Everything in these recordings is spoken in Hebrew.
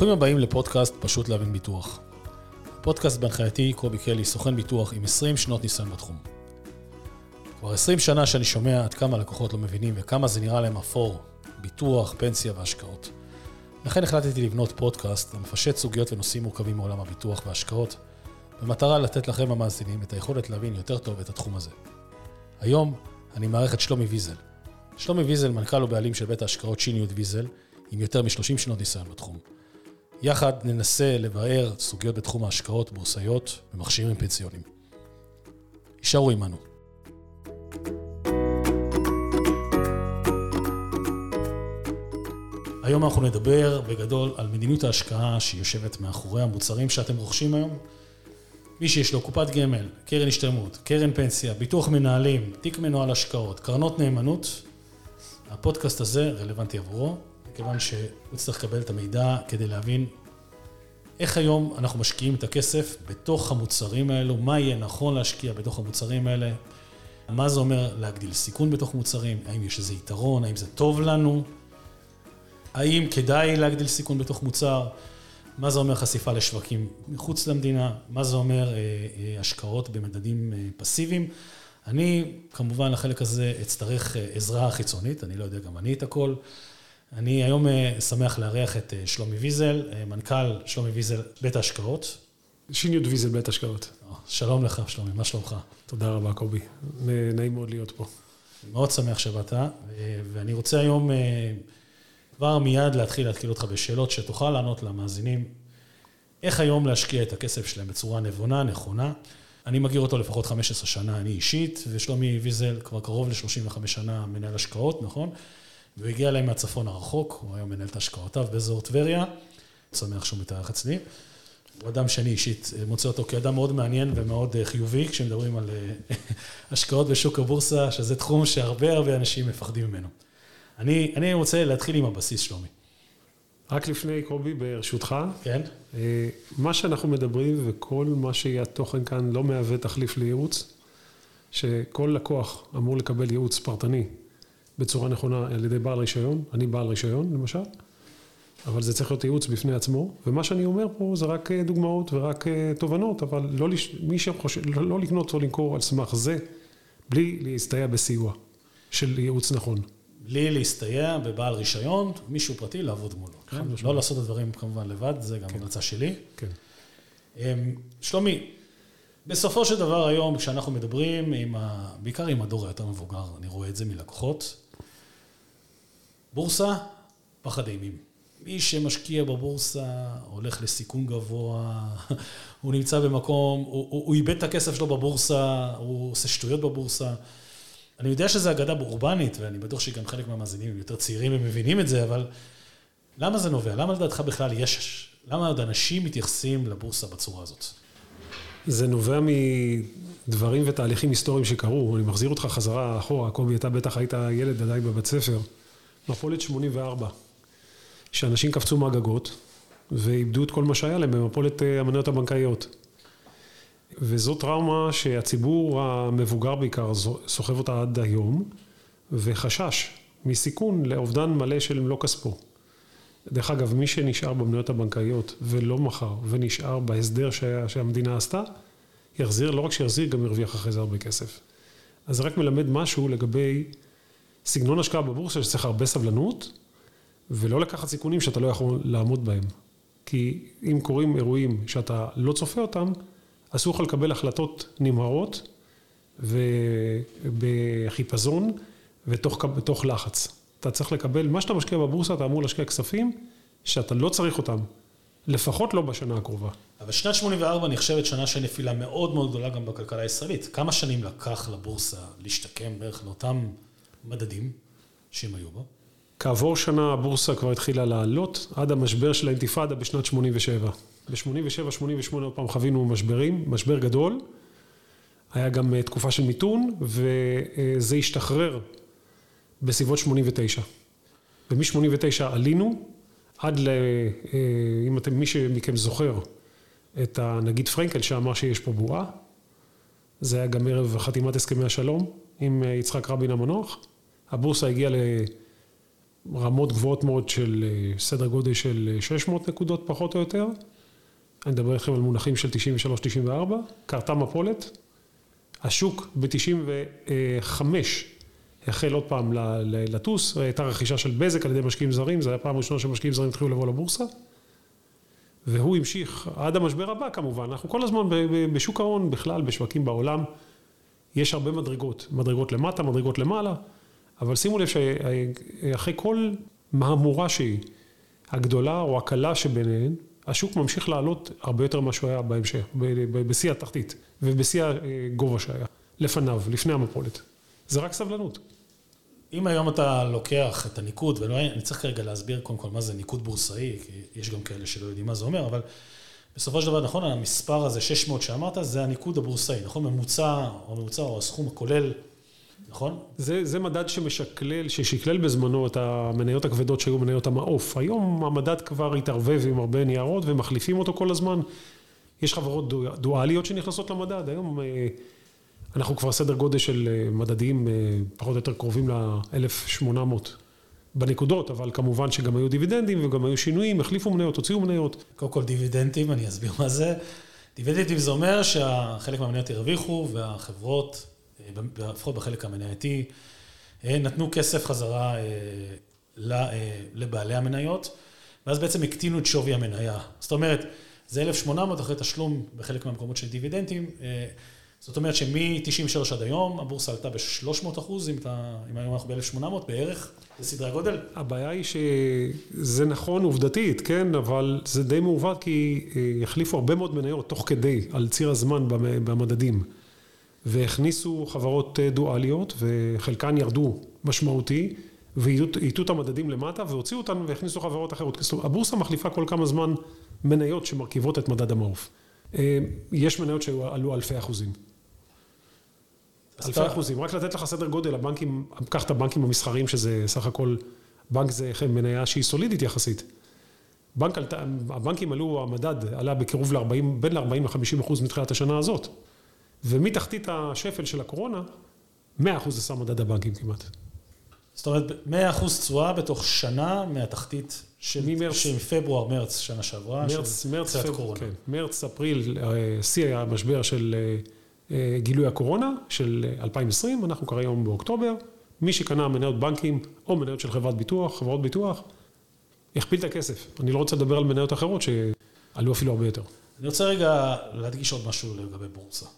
ברוכים הבאים לפודקאסט פשוט להבין ביטוח. הפודקאסט בהנחייתי קובי קלי, סוכן ביטוח עם 20 שנות ניסיון בתחום. כבר 20 שנה שאני שומע עד כמה לקוחות לא מבינים וכמה זה נראה להם אפור, ביטוח, פנסיה והשקעות. לכן החלטתי לבנות פודקאסט המפשט סוגיות ונושאים מורכבים מעולם הביטוח וההשקעות, במטרה לתת לכם המאזינים את היכולת להבין יותר טוב את התחום הזה. היום אני מארח את שלומי ויזל. שלומי ויזל מנכ"ל ובעלים של בית ההשקעות שיניות ויזל, עם יותר מ-30 שנות ניסיון בתחום. יחד ננסה לבאר סוגיות בתחום ההשקעות, בורסאיות ומכשירים פנסיונים. יישארו עמנו. היום אנחנו נדבר בגדול על מדיניות ההשקעה שהיא יושבת מאחורי המוצרים שאתם רוכשים היום. מי שיש לו קופת גמל, קרן השתלמות, קרן פנסיה, ביטוח מנהלים, תיק מנוהל השקעות, קרנות נאמנות, הפודקאסט הזה רלוונטי עבורו, מכיוון שהוא צריך לקבל את המידע כדי להבין איך היום אנחנו משקיעים את הכסף בתוך המוצרים האלו, מה יהיה נכון להשקיע בתוך המוצרים האלה, מה זה אומר להגדיל סיכון בתוך מוצרים, האם יש איזה יתרון, האם זה טוב לנו, האם כדאי להגדיל סיכון בתוך מוצר, מה זה אומר חשיפה לשווקים מחוץ למדינה, מה זה אומר השקעות במדדים פסיביים. אני כמובן לחלק הזה אצטרך עזרה חיצונית, אני לא יודע גם אני את הכל. אני היום שמח לארח את שלומי ויזל, מנכ"ל שלומי ויזל בית ההשקעות. שיניות ויזל בית ההשקעות. שלום לך שלומי, מה שלומך? תודה רבה קובי, נעים מאוד להיות פה. מאוד שמח שבאת, ואני רוצה היום כבר מיד להתחיל אותך בשאלות שתוכל לענות למאזינים. איך היום להשקיע את הכסף שלהם בצורה נבונה, נכונה? אני מכיר אותו לפחות 15 שנה, אני אישית, ושלומי ויזל כבר קרוב ל-35 שנה מנהל השקעות, נכון? והוא הגיע אליי מהצפון הרחוק, הוא היום מנהל את השקעותיו באזור טבריה, שמח שהוא מתארח אצלי. הוא אדם שאני אישית מוצא אותו כאדם מאוד מעניין ומאוד חיובי, כשמדברים על השקעות בשוק הבורסה, שזה תחום שהרבה אנשים מפחדים ממנו. אני רוצה להתחיל עם הבסיס, שלומי. רק לפני קובי, ברשותך. כן. מה שאנחנו מדברים וכל מה שיהיה התוכן כאן לא מהווה תחליף לייעוץ, שכל לקוח אמור לקבל ייעוץ פרטני בצורה נכונה על ידי בעל רישיון, אני בעל רישיון למשל, אבל זה צריך להיות ייעוץ בפני עצמו, ומה שאני אומר פה זה רק דוגמאות ורק תובנות, אבל מי שחושב, לא לקנות או למכור על סמך זה, בלי להסתייע בסיוע של ייעוץ נכון. בלי להסתייע בבעל רישיון, מישהו פרטי לעבוד מולו. כן? לא לעשות את הדברים כמובן לבד, זה גם המלצה שלי. כן. שלומי, בסופו של דבר היום, כשאנחנו מדברים בעיקר עם הדור היותר מבוגר, אני רואה את זה מלקוחות, בורסה, פחד אימים. מי שמשקיע בבורסה הולך לסיכון גבוה, הוא נמצא במקום, הוא איבד את הכסף שלו בבורסה, הוא עושה שטויות בבורסה. אני יודע שזה אגדה אורבנית, ואני בטוח שגם חלק מהמאזינים הם יותר צעירים ומבינים את זה, אבל למה זה נובע? למה לדעתך בכלל למה עוד אנשים מתייחסים לבורסה בצורה הזאת? זה נובע מדברים ותהליכים היסטוריים שקרו. אני מחזיר אותך חזרה אחורה, קובי, אתה בטח היית ילד עדיין בבית ספר. מפולת 84, שאנשים קפצו מהגגות, ואיבדו את כל מה שהיה להם במפולת המניות הבנקאיות. וזו טראומה שהציבור המבוגר בעיקר סוחב אותה עד היום, וחשש מסיכון לאובדן מלא של מלוא כספו. דרך אגב, מי שנשאר במניות הבנקאיות ולא מחר, ונשאר בהסדר שהמדינה עשתה, יחזיר, לא רק שיחזיר, גם ירוויח אחרי זה הרבה כסף. אז זה רק מלמד משהו לגבי סגנון השקעה בבורסה, שצריך הרבה סבלנות, ולא לקחת סיכונים שאתה לא יכול לעמוד בהם. כי אם קורים אירועים שאתה לא צופה אותם, אסור לך לקבל החלטות נמהרות ובחיפזון ובתוך לחץ. אתה צריך לקבל, מה שאתה משקיע בבורסה, אתה אמור להשקיע כספים שאתה לא צריך אותם, לפחות לא בשנה הקרובה. אבל שנת 84 נחשבת שנה של נפילה מאוד מאוד גדולה גם בכלכלה הישראלית. כמה שנים לקח לבורסה להשתקם בערך לאותם מדדים שהם היו בו? כעבור שנה הבורסה כבר התחילה לעלות עד המשבר של האינתיפאדה בשנת 87. ב-87, 88 עוד פעם חווינו משברים, משבר גדול. היה גם תקופה של מיתון, וזה השתחרר בסביבות 89. ומ-89 עלינו, עד אם מי שמכם זוכר, את הנגיד פרנקל שאמר שיש פה בועה, זה היה גם ערב חתימת הסכמי השלום עם יצחק רבין המנוח. הבורסה הגיעה רמות גבוהות מאוד של סדר גודל של 600 נקודות פחות או יותר. אני מדבר לכם על מונחים של 93-94, קרתה מפולת. השוק ב-95 החל עוד פעם לטוס, הייתה רכישה של בזק על ידי משקיעים זרים, זה היה פעם ראשונה שמשקיעים זרים התחילו לבוא לבורסה. והוא המשיך עד המשבר הבא כמובן. אנחנו כל הזמן בשוק ההון בכלל, בשווקים בעולם, יש הרבה מדרגות. מדרגות למטה, מדרגות למעלה. אבל שימו לב שאחרי כל מהמורה שהיא, הגדולה או הקלה שביניהן, השוק ממשיך לעלות הרבה יותר ממה שהוא היה בהמשך, בשיא התחתית ובשיא הגובה שהיה, לפניו, לפני המפולת. זה רק סבלנות. אם היום אתה לוקח את הניקוד, ואני צריך כרגע להסביר קודם כל מה זה ניקוד בורסאי, כי יש גם כאלה שלא יודעים מה זה אומר, אבל בסופו של דבר, נכון, המספר הזה 600 שאמרת, זה הניקוד הבורסאי, נכון? ממוצע או הסכום הכולל, נכון? זה מדד ששקלל בזמנו את המניות הכבדות שהיו מניות המעוף. היום המדד כבר התערבב עם הרבה ניירות ומחליפים אותו כל הזמן. יש חברות דואליות שנכנסות למדד. היום אנחנו כבר סדר גודל של מדדים פחות או יותר קרובים ל-1800 בנקודות, אבל כמובן שגם היו דיבידנדים וגם היו שינויים, החליפו מניות, הוציאו מניות. קודם כל דיבידנדים, אני אסביר מה זה. דיבידנדים זה אומר שחלק מהמניות הרוויחו והחברות, לפחות בחלק המנייתי, נתנו כסף חזרה לבעלי המניות, ואז בעצם הקטינו את שווי המניה. זאת אומרת, זה 1,800 אחרי תשלום בחלק מהמקומות של דיבידנדים, זאת אומרת שמ-93 עד היום, הבורסה עלתה ב-300%, אם היום אנחנו ב-1,800 בערך, זה סדרי הגודל. הבעיה היא שזה נכון עובדתית, כן, אבל זה די מעוות כי החליפו הרבה מאוד מניות תוך כדי על ציר הזמן במדדים, והכניסו חברות דואליות, וחלקן ירדו משמעותי, והיטו את המדדים למטה, והוציאו אותן והכניסו חברות אחרות. הבורסה מחליפה כל כמה זמן מניות שמרכיבות את מדד המעוף. יש מניות שעלו אלפי אחוזים. אלפי אחוזים. רק לתת לך סדר גודל, הבנקים, קח את הבנקים המסחריים, שזה סך הכל, בנק זה מניה שהיא סולידית יחסית. הבנקים עלו, המדד עלה בקירוב בין ל-40-50% מתחילת השנה הזאת. ומתחתית השפל של הקורונה, 100% זה שם מדד הבנקים כמעט. זאת אומרת, 100% תשואה בתוך שנה מהתחתית של פברואר, מרץ, שנה שעברה, של קצת קורונה. כן, מרץ, אפריל, שיא היה המשבר של גילוי הקורונה של 2020, אנחנו כבר היום באוקטובר, מי שקנה מניות בנקים או מניות של חברות ביטוח, הכפיל את הכסף. אני לא רוצה לדבר על מניות אחרות שעלו אפילו הרבה יותר. אני רוצה רגע להדגיש עוד משהו לגבי בורסה.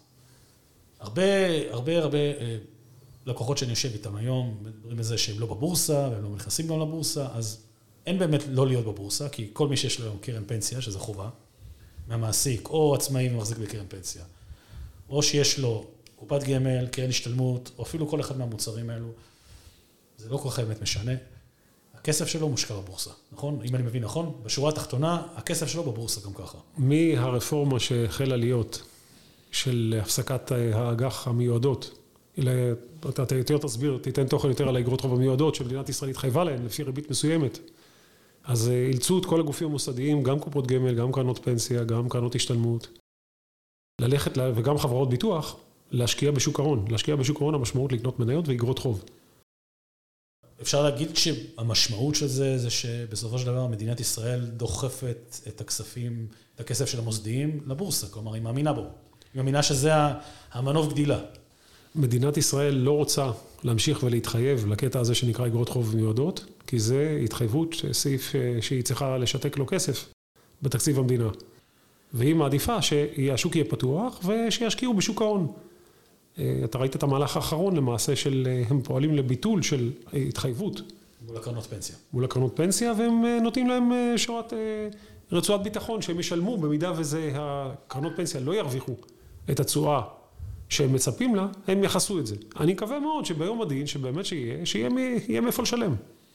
הרבה לקוחות שאני יושב איתם היום, מדברים על זה שהם לא בבורסה, והם לא נכנסים גם לבורסה, אז אין באמת לא להיות בבורסה, כי כל מי שיש לו היום קרן פנסיה, שזה חובה, מהמעסיק, או עצמאי ומחזיק בקרן פנסיה, או שיש לו קופת גמל, קרן השתלמות, או אפילו כל אחד מהמוצרים האלו, זה לא כל כך באמת משנה. הכסף שלו מושקע בבורסה, נכון? אם אני מבין נכון, בשורה התחתונה, הכסף שלו בבורסה גם ככה. מהרפורמה שהחלה להיות של הפסקת האג"ח המיועדות, אתה יותר תסביר, תיתן תוכן יותר על האגרות חוב המיועדות שמדינת ישראל התחייבה להן לפי ריבית מסוימת. אז אילצו את כל הגופים המוסדיים, גם קופות גמל, גם קרנות פנסיה, גם קרנות השתלמות, ללכת, וגם חברות ביטוח, להשקיע בשוק ההון. להשקיע בשוק ההון המשמעות לקנות מניות ואגרות חוב. אפשר להגיד שהמשמעות של זה, זה שבסופו של דבר מדינת ישראל דוחפת את הכספים, את הכסף של המוסדיים לבורסה, כלומר היא מאמינה בו. היא מאמינה שזה המנוף גדילה. מדינת ישראל לא רוצה להמשיך ולהתחייב לקטע הזה שנקרא אגרות חוב מיועדות, כי זה התחייבות סעיף שהיא צריכה לשתק לו כסף בתקציב המדינה. והיא מעדיפה שהשוק יהיה פתוח ושישקיעו בשוק ההון. אתה ראית את המהלך האחרון למעשה הם פועלים לביטול של התחייבות. מול הקרנות פנסיה. מול הקרנות פנסיה, והם נותנים להם רצועת ביטחון שהם ישלמו במידה וזה הקרנות פנסיה לא ירוויחו את התשואה שהם מצפים לה, הם יחסו את זה. אני מקווה מאוד שביום הדין, שבאמת שיהיה מאיפה לשלם.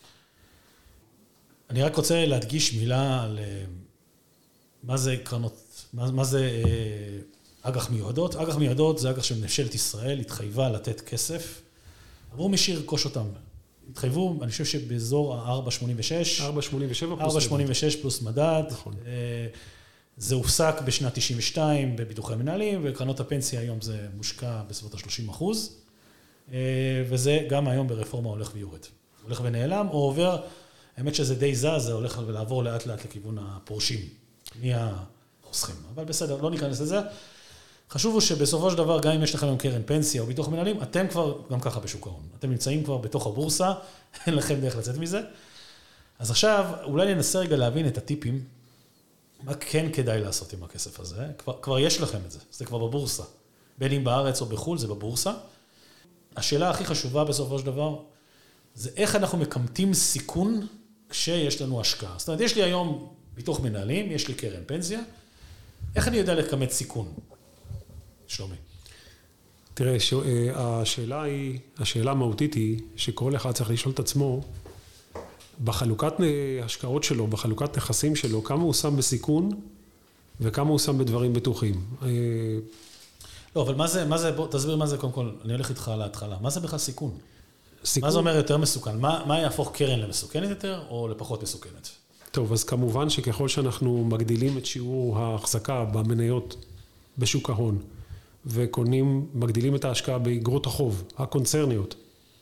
אני רק רוצה להדגיש מילה על מה זה קרנות, מה זה אג"ח מיועדות. אג"ח מיועדות זה אג"ח שממשלת ישראל התחייבה לתת כסף עבור מי שירכוש אותם. התחייבו, אני חושב שבאזור ה-4.86. 4.86 פלוס מדד. נכון. זה הופסק בשנת 92 בביטוחי מנהלים, וקרנות הפנסיה היום זה מושקע בסביבות ה-30%, וזה גם היום ברפורמה הולך ויורד. הולך ונעלם, או עובר האמת שזה די זז, זה הולך לעבור לאט לאט לכיוון הפורשים, מהחוסכים. אבל בסדר, לא ניכנס לזה. חשוב הוא שבסופו של דבר, גם אם יש לכם היום קרן פנסיה או ביטוח מנהלים, אתם כבר גם ככה בשוק ההון. אתם נמצאים כבר בתוך הבורסה, אין לכם דרך לצאת מזה. אז עכשיו, אולי ננסה רגע להבין את הטיפים, מה כן כדאי לעשות עם הכסף הזה. כבר יש לכם את זה, זה כבר בבורסה. בין אם בארץ או בחול, זה בבורסה. השאלה הכי חשובה בסופו של דבר, זה איך אנחנו מקמטים סיכון כשיש לנו השקעה. זאת אומרת, יש לי היום ביטוח מנהלים, יש לי קרן פנסיה, איך אני יודע לקמט סיכון? שלומי. תראה, השאלה המהותית היא שכל אחד צריך לשאול את עצמו, בחלוקת השקעות שלו, בחלוקת נכסים שלו, כמה הוא שם בסיכון וכמה הוא שם בדברים בטוחים. לא, אבל מה זה, בוא תסביר מה זה קודם כל, אני הולך איתך להתחלה. מה זה בכלל סיכון? סיכון? מה זה אומר יותר מסוכן? מה יהפוך קרן למסוכנת יותר או לפחות מסוכנת? טוב, אז כמובן שככל שאנחנו מגדילים את שיעור ההחזקה במניות בשוק ההון, מגדילים את ההשקעה באגרות החוב, הקונצרניות,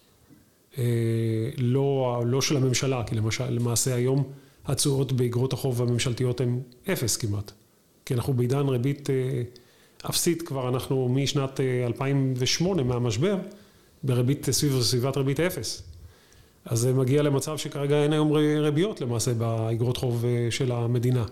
לא של הממשלה, כי למעשה היום התשואות באגרות החוב הממשלתיות הן 0 כמעט. כי אנחנו בעידן ריבית אפסית, כבר אנחנו משנת 2008 מהמשבר, בריבית סביבת ריבית 0. אז זה מגיע למצב שכרגע אין היום ריביות למעשה באגרות חוב של המדינה.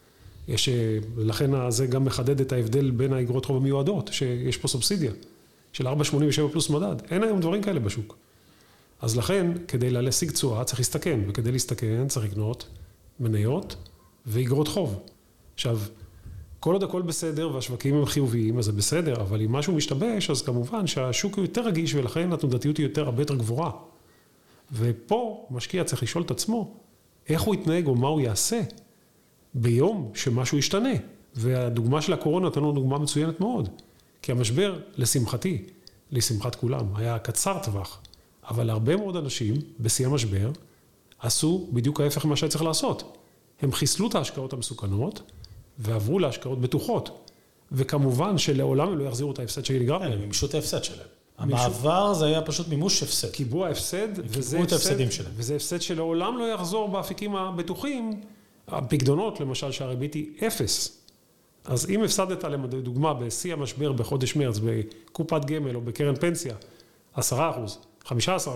לכן זה גם מחדד את ההבדל בין האגרות חוב המיועדות, שיש פה סובסידיה של 4.87 פלוס מדד. אין היום דברים כאלה בשוק. אז לכן, כדי להשיג תשואה צריך להסתכן, וכדי להסתכן צריך לקנות מניות ואגרות חוב. עכשיו, כל עוד הכל בסדר והשווקים הם חיוביים, אז זה בסדר, אבל אם משהו משתבש, אז כמובן שהשוק הוא יותר רגיש, ולכן התנודתיות היא הרבה יותר גבוהה. ופה משקיע צריך לשאול את עצמו, איך הוא יתנהג או מה הוא יעשה ביום שמשהו ישתנה. והדוגמה של הקורונה נתנו דוגמה מצוינת מאוד, כי המשבר, לשמחתי, לשמחת כולם, היה קצר טווח, אבל הרבה מאוד אנשים בשיא המשבר עשו בדיוק ההפך ממה שהיה צריך לעשות. הם חיסלו את ההשקעות המסוכנות, ועברו להשקעות בטוחות. וכמובן שלעולם הם לא יחזירו את ההפסד שנגרם. הם מימשו את ההפסד שלהם. המעבר זה היה פשוט מימוש הפסד. קיבוע ההפסד, וזה הפסד שלעולם לא יחזור באפיקים הבטוחים, הפקדונות למשל שהריבית היא 0. אז אם הפסדת לדוגמה בשיא המשבר בחודש מרץ, בקופת גמל או בקרן פנסיה, 10%, 15%,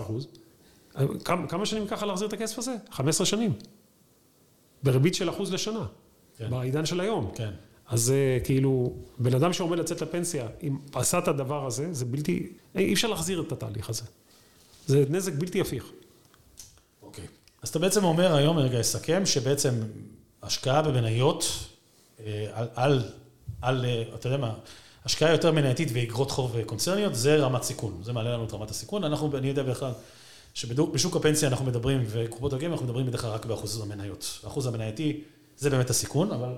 כמה שנים ככה להחזיר את הכסף הזה? 15 שנים. בריבית של 1% לשנה. בעידן של היום. כן. אז כאילו, בן אדם שעומד לצאת לפנסיה, אם עשה את הדבר הזה, זה בלתי, אי אפשר להחזיר את התהליך הזה. זה נזק בלתי הפיך. אוקיי. אז אתה בעצם אומר היום, רגע אסכם, שבעצם השקעה במניות, אתה יודע מה, השקעה יותר מנייתית ואגרות חוב קונצרניות, זה רמת סיכון. זה מעלה לנו את רמת הסיכון. אני יודע בכלל, שבשוק הפנסיה אנחנו מדברים, וקופות הגמל אנחנו מדברים בדרך כלל רק באחוז המניות. האחוז המנייתי, זה באמת הסיכון, אבל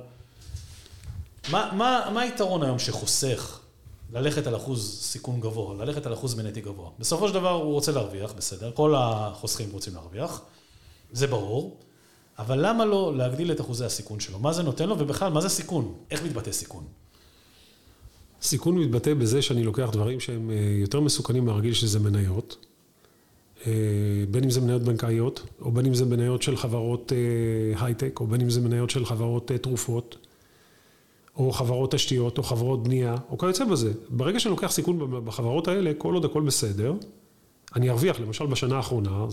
מה היתרון היום שחוסך ללכת על אחוז סיכון גבוה, ללכת על אחוז מנייתי גבוה? בסופו של דבר הוא רוצה להרוויח, בסדר, כל החוסכים רוצים להרוויח, זה ברור, אבל למה לא להגדיל את אחוזי הסיכון שלו? מה זה נותן לו, ובכלל, מה זה סיכון? איך מתבטא סיכון? סיכון מתבטא בזה שאני לוקח דברים שהם יותר מסוכנים מהרגיל שזה מניות, בין אם זה מניות בנקאיות, או בין אם זה מניות של חברות הייטק, או בין אם זה מניות של חברות תרופות, או חברות תשתיות, או חברות בנייה, או כיוצא בזה. ברגע שאני לוקח סיכון בחברות האלה, כל עוד הכל בסדר, אני ארוויח. למשל בשנה האחרונה,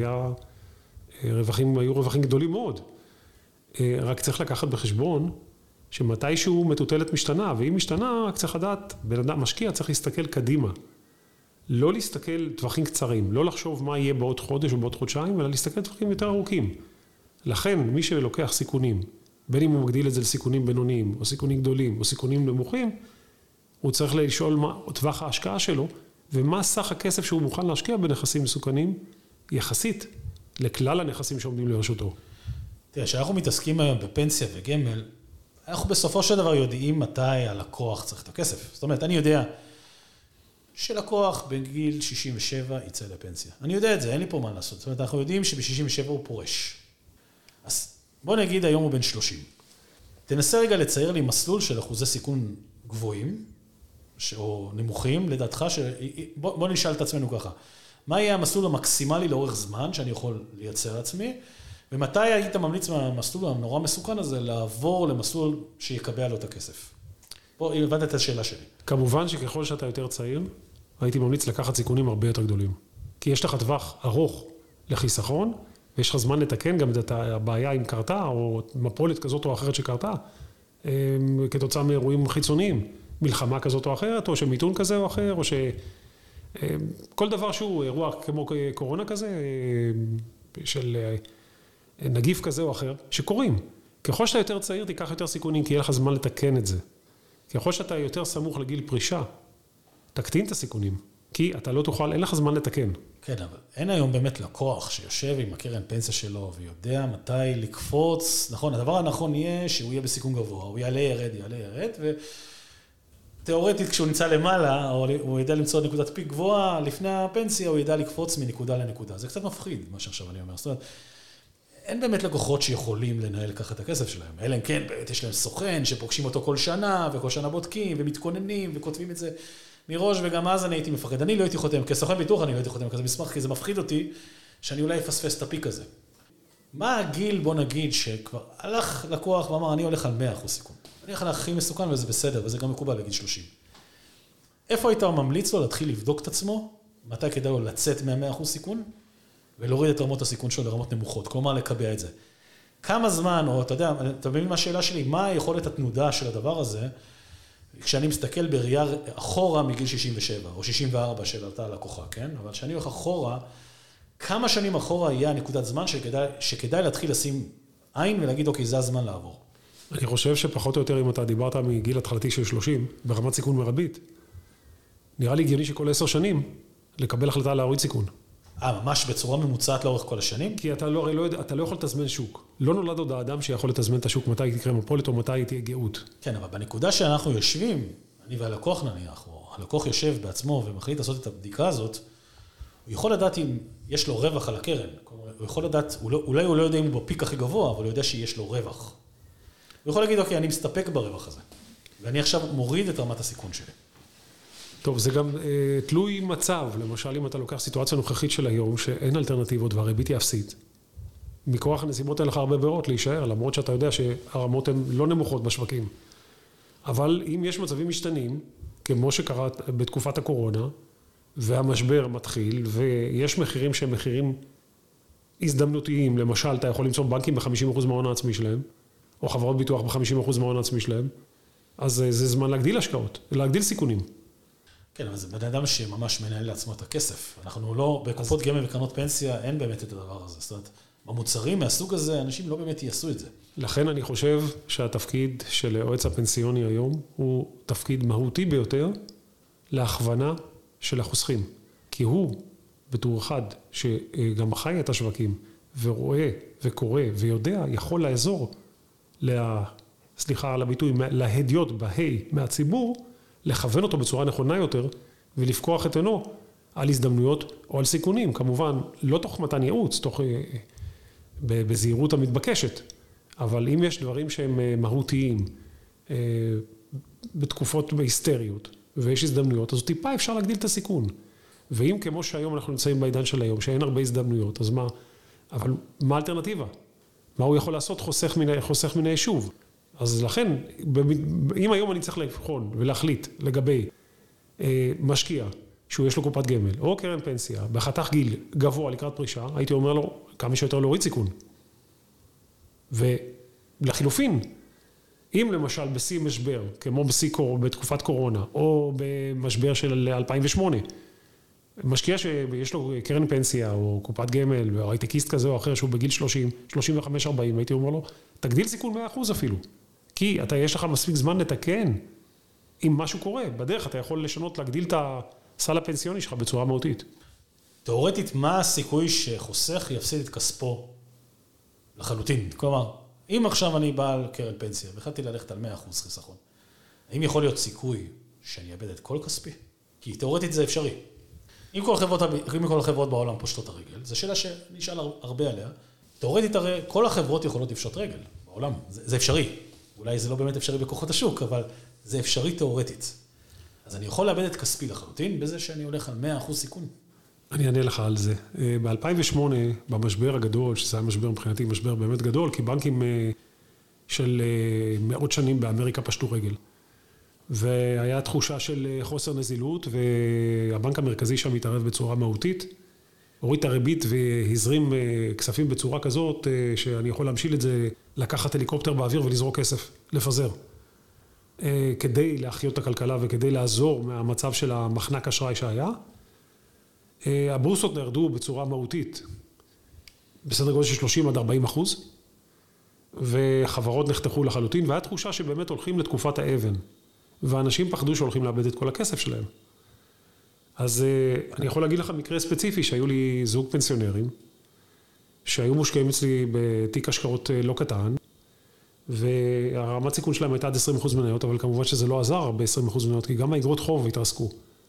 היו רווחים גדולים מאוד. רק צריך לקחת בחשבון, שמתישהו מטוטלת משתנה, ואם משתנה, רק צריך לדעת, בן אדם משקיע צריך להסתכל קדימה. לא להסתכל טווחים קצרים, לא לחשוב מה יהיה בעוד חודש או בעוד חודשיים, אלא להסתכל טווחים יותר ארוכים. לכן, מי שלוקח סיכונים, בין אם הוא מגדיל את זה לסיכונים בינוניים, או סיכונים גדולים, או סיכונים נמוכים, הוא צריך לשאול מה טווח ההשקעה שלו, ומה סך הכסף שהוא מוכן להשקיע בנכסים מסוכנים, יחסית לכלל הנכסים שעומדים לרשותו. תראה, כשאנחנו מתעסקים היום בפנסיה וגמל, אנחנו בסופו של דבר יודעים מתי הלקוח צריך את הכסף. זאת אומרת, אני יודע שלקוח בגיל 67 יצא לפנסיה. אני יודע את זה, אין לי פה מה לעשות. זאת אומרת, אנחנו יודעים שב-67 הוא פורש. אז בוא נגיד היום הוא בן 30. תנסה רגע לצייר לי מסלול של אחוזי סיכון גבוהים, או נמוכים, לדעתך, בוא נשאל את עצמנו ככה. מה יהיה המסלול המקסימלי לאורך זמן שאני יכול לייצר לעצמי, ומתי היית ממליץ מהמסלול הנורא מסוכן הזה לעבור למסלול שיקבע לו את הכסף? פה הבנת את השאלה שלי. כמובן שככל שאתה יותר צעיר, הייתי ממליץ לקחת סיכונים הרבה יותר גדולים. כי יש לך טווח ארוך לחיסכון, ויש לך זמן לתקן גם את הבעיה אם קרתה, או מפולת כזאת או אחרת שקרתה, כתוצאה מאירועים חיצוניים, מלחמה כזאת או אחרת, או שמיתון כזה או אחר, או כל דבר שהוא אירוע כמו קורונה כזה, של נגיף כזה או אחר, שקורים. ככל שאתה יותר צעיר, תיקח יותר סיכונים, כי יהיה לך זמן לתקן את זה. ככל שאתה יותר סמוך לגיל פרישה, תקטין את הסיכונים, כי אתה לא תוכל, אין לך זמן לתקן. כן, אבל אין היום באמת לקוח שיושב עם הקרן פנסיה שלו ויודע מתי לקפוץ. נכון, הדבר הנכון יהיה שהוא יהיה בסיכון גבוה, הוא יעלה ירד, ותיאורטית כשהוא נמצא למעלה, הוא ידע למצוא נקודת פיק גבוהה, לפני הפנסיה הוא ידע לקפוץ מנקודה לנקודה. זה קצת מפחיד, מה שעכשיו אני אומר. זאת אומרת, אין באמת לקוחות שיכולים לנהל ככה את הכסף שלהם. אלא אם כן, באמת יש להם סוכן שפוגשים אותו כל שנה, וכל שנה בודקים ומתכוננים וכותבים את זה מראש, וגם אז אני הייתי מפחד. אני לא הייתי חותם, כסוכן ביטוח אני לא הייתי חותם כזה מסמך, כי זה מפחיד אותי שאני אולי אפספס את הפיק הזה. מה הגיל, בוא נגיד, שכבר הלך לקוח ואמר, אני הולך על 100% סיכון. אני הולך על הכי מסוכן וזה בסדר, וזה גם מקובל בגיל 30. איפה היית ממליץ לו להתחיל לבדוק את עצמו? מתי כדאי לו לצאת מה-100% סיכון? ולהוריד את רמות הסיכון שלו לרמות נמוכות, כלומר לקבע את זה. כמה זמן, או אתה יודע, אתה מבין מה השאלה שלי, מה היכולת התנודה של הדבר הזה, כשאני מסתכל בראייה אחורה מגיל 67, או 64 של אותה לקוחה, כן? אבל כשאני הולך אחורה, כמה שנים אחורה יהיה הנקודת זמן שכדאי להתחיל לשים עין ולהגיד, אוקיי, זה הזמן לעבור. אני חושב שפחות או יותר, אם אתה דיברת מגיל התחלתי של 30, ברמת סיכון מרבית, נראה לי הגיוני שכל 10 שנים לקבל החלטה להוריד סיכון. ממש בצורה ממוצעת לאורך כל השנים? כי אתה לא יכול לתזמן שוק. לא נולד עוד האדם שיכול לתזמן את השוק, מתי תקרה מפולת או מתי תהיה גאות. כן, אבל בנקודה שאנחנו יושבים, אני והלקוח נניח, או הלקוח יושב בעצמו ומחליט לעשות את הבדיקה הזאת, הוא יכול לדעת אם יש לו רווח על הקרן. הוא יכול לדעת, אולי הוא לא יודע אם הוא בפיק הכי גבוה, אבל הוא יודע שיש לו רווח. הוא יכול להגיד, אוקיי, אני מסתפק ברווח הזה. ואני עכשיו מוריד את רמת הסיכון שלי. טוב, זה גם תלוי מצב. למשל, אם אתה לוקח סיטואציה נוכחית של היום, שאין אלטרנטיבות והריבית היא אפסית, מכוח הנסיבות אין לך הרבה ברירות להישאר, למרות שאתה יודע שהרמות הן לא נמוכות בשווקים. אבל אם יש מצבים משתנים, כמו שקרה בתקופת הקורונה, והמשבר מתחיל, ויש מחירים שהם מחירים הזדמנותיים, למשל, אתה יכול למצוא בנקים ב-50% מההון העצמי שלהם, או חברות ביטוח ב-50% מההון העצמי שלהם, אז זה זמן להגדיל השקעות, להגדיל סיכונים. כן, אבל זה בן אדם שממש מנהל לעצמו את הכסף. אנחנו לא, בקופות גמל וקרנות פנסיה, אין באמת את הדבר הזה. זאת אומרת, במוצרים מהסוג הזה, אנשים לא באמת יעשו את זה. לכן אני חושב שהתפקיד של היועץ הפנסיוני היום, הוא תפקיד מהותי ביותר להכוונה של החוסכים. כי הוא, בתור אחד, שגם חי את השווקים, ורואה וקורא ויודע, יכול לעזור, סליחה על הביטוי, להדיוט בהי מהציבור, לכוון אותו בצורה נכונה יותר, ולפקוח את עינו על הזדמנויות או על סיכונים. כמובן, לא תוך מתן ייעוץ, בזהירות המתבקשת, אבל אם יש דברים שהם מהותיים, בתקופות בהיסטריות, ויש הזדמנויות, אז טיפה אפשר להגדיל את הסיכון. ואם כמו שהיום אנחנו נמצאים בעידן של היום, שאין הרבה הזדמנויות, אז מה? אבל מה האלטרנטיבה? מה הוא יכול לעשות? חוסך מן היישוב. אז לכן, אם היום אני צריך לבחון ולהחליט לגבי משקיע, שהוא יש לו קופת גמל, או קרן פנסיה, בחתך גיל גבוה לקראת פרישה, הייתי אומר לו כמה שיותר להוריד סיכון. ולחילופין, אם למשל בשיא משבר, כמו בתקופת קורונה, או במשבר של 2008, משקיע שיש לו קרן פנסיה, או קופת גמל, או הייטקיסט כזה או אחר, שהוא בגיל 30, 35, 40, הייתי אומר לו, תגדיל סיכון 100% אפילו. כי יש לך מספיק זמן לתקן אם משהו קורה. בדרך אתה יכול לשנות, להגדיל את הסל הפנסיוני שלך בצורה מהותית. תיאורטית, מה הסיכוי שחוסך יפסיד את כספו לחלוטין? כלומר, אם עכשיו אני בעל קרן פנסיה, והחלטתי ללכת על 100% חיסכון, האם יכול להיות סיכוי שאני אאבד את כל כספי? כי תיאורטית זה אפשרי. אם כל החברות בעולם פושטות הרגל, זו שאלה שנשאל הרבה עליה. תיאורטית הרי כל החברות יכולות לפשוט רגל בעולם. זה אפשרי. אולי זה לא באמת אפשרי בכוחות השוק, אבל זה אפשרי תיאורטית. אז אני יכול לאבד את כספי לחלוטין בזה שאני הולך על 100% סיכון. אני אענה לך על זה. ב-2008, במשבר הגדול, שזה היה משבר מבחינתי, משבר באמת גדול, כי בנקים של מאות שנים באמריקה פשטו רגל. והיה תחושה של חוסר נזילות, והבנק המרכזי שם התערב בצורה מהותית, הוריד את הריבית והזרים כספים בצורה כזאת, שאני יכול להמשיל את זה, לקחת הליקופטר באוויר ולזרוק כסף, לפזר. כדי להחיות את הכלכלה וכדי לעזור מהמצב של המחנק אשראי שהיה. הבורסות נרדו בצורה מהותית, בסדר גודל של 30-40%, וחברות נחתכו לחלוטין, והיה תחושה שבאמת הולכים לתקופת האבן, ואנשים פחדו שהולכים לאבד את כל הכסף שלהם. אז אני יכול להגיד לך מקרה ספציפי, שהיו לי זוג פנסיונרים, שהיו מושקעים אצלי בתיק השקעות לא קטן, והרמת סיכון שלהם הייתה עד 20% מניות, אבל כמובן שזה לא עזר ב-20% מניות, כי גם האגרות חוב התרסקו.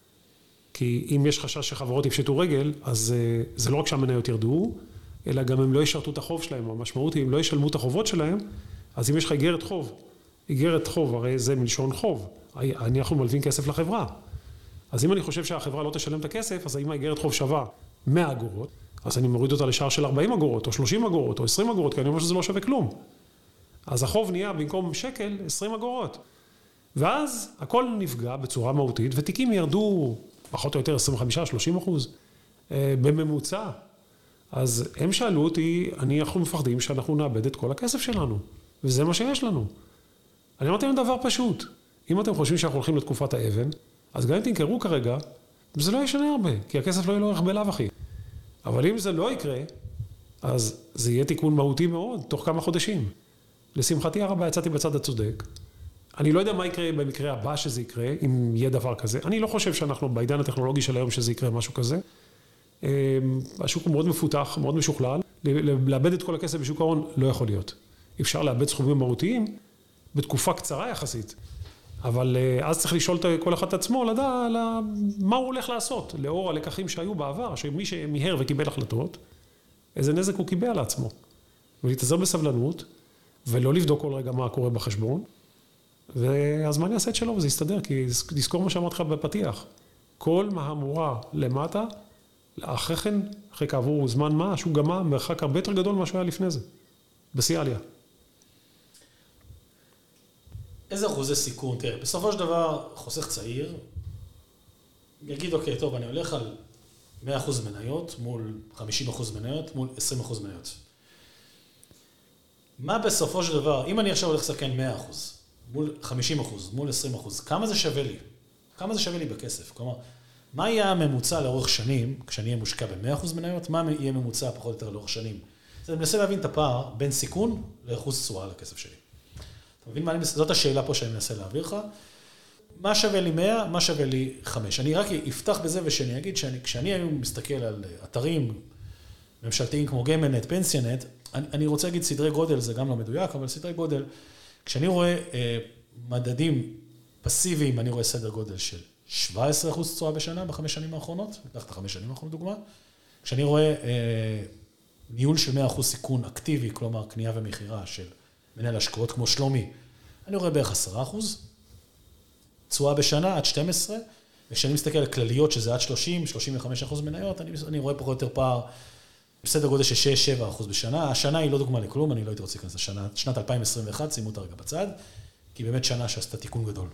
כי אם יש חשש שחברות יפשטו רגל, אז זה לא רק שהמניות ירדו, אלא גם הם לא ישרתו את החוב שלהם. המשמעות היא, אם לא ישלמו את החובות שלהם, אז אם יש לך איגרת חוב, הרי זה מלשון חוב. אנחנו מלווים כסף לחברה. אז אם אני חושב שהחברה לא תשלם את הכסף, אז אם האיגרת חוב שווה 100 אגורות, אז אני מוריד אותה לשער של 40 אגורות, או 30 אגורות, או 20 אגורות, כי אני אומר שזה לא שווה כלום. אז החוב נהיה במקום שקל 20 אגורות. ואז הכל נפגע בצורה מהותית, ותיקים ירדו פחות או יותר 25-30% בממוצע. אז הם שאלו אותי, אנחנו מפחדים שאנחנו נאבד את כל הכסף שלנו, וזה מה שיש לנו. אני אמרתי להם דבר פשוט, אם אתם חושבים שאנחנו הולכים לתקופת האבן, אז גם אם תנקרו כרגע, זה לא ישנה הרבה, כי הכסף לא יהיה לו ערך בלאו הכי. אבל אם זה לא יקרה, אז זה יהיה תיקון מהותי מאוד, תוך כמה חודשים. לשמחתי הרבה יצאתי בצד הצודק. אני לא יודע מה יקרה במקרה הבא שזה יקרה, אם יהיה דבר כזה. אני לא חושב שאנחנו בעידן הטכנולוגי של היום שזה יקרה משהו כזה. השוק הוא מאוד מפותח, מאוד משוכלל. לאבד את כל הכסף בשוק ההון לא יכול להיות. אפשר לאבד סכומים מהותיים בתקופה קצרה יחסית. אבל אז צריך לשאול כל אחד את עצמו, לדעת מה הוא הולך לעשות, לאור הלקחים שהיו בעבר, שמי שמיהר וקיבל החלטות, איזה נזק הוא קיבל לעצמו. ולהתאזר בסבלנות, ולא לבדוק כל רגע מה קורה בחשבון, והזמן יעשה את שלו וזה יסתדר, כי תזכור מה שאמרתי לך בפתיח. כל מהמורה למטה, אחרי כן, אחרי כעבור זמן מה, השוק גמה מרחק הרבה יותר גדול ממה שהיה לפני זה. בשיא העלייה. איזה אחוזי סיכון? תראה, בסופו של דבר, חוסך צעיר, יגיד, אוקיי, טוב, אני הולך על 100% מניות מול 50% מניות מול 20% מניות. מה בסופו של דבר, אם אני עכשיו הולך לסכן 100%, מול 50%, מול 20%, כמה זה שווה לי? כמה זה שווה לי בכסף? כלומר, מה יהיה הממוצע לאורך שנים, כשאני אהיה מושקע ב-100% מניות, מה יהיה ממוצע פחות או יותר לאורך שנים? אז אני מנסה להבין את הפער בין סיכון לאחוז תשואה לכסף שלי. אתה מבין מה זאת השאלה פה שאני מנסה להעביר לך? מה שווה לי 100, מה שווה לי 5? אני רק אפתח בזה ושאני אגיד כשאני היום מסתכל על אתרים ממשלתיים כמו גיימנט, פנסיונט, אני רוצה להגיד סדרי גודל, זה גם לא מדויק, אבל סדרי גודל, כשאני רואה מדדים פסיביים, אני רואה סדר גודל של 17% תשואה בשנה ב5 שנים האחרונות, ניקח את 5 שנים האחרונות דוגמה, כשאני רואה ניהול של 100% סיכון אקטיבי, כלומר קנייה ומכירה של מנהל השקעות כמו שלומי, אני רואה בערך 10%, תשואה בשנה עד 12, וכשאני מסתכל על כלליות שזה עד 30-35% מניות, אני רואה פחות או יותר פער בסדר גודל של 6-7% בשנה. השנה היא לא דוגמה לכלום, אני לא הייתי רוצה להיכנס לשנה. שנת 2021, שימו אותה רגע בצד, כי באמת שנה שעשתה תיקון גדול.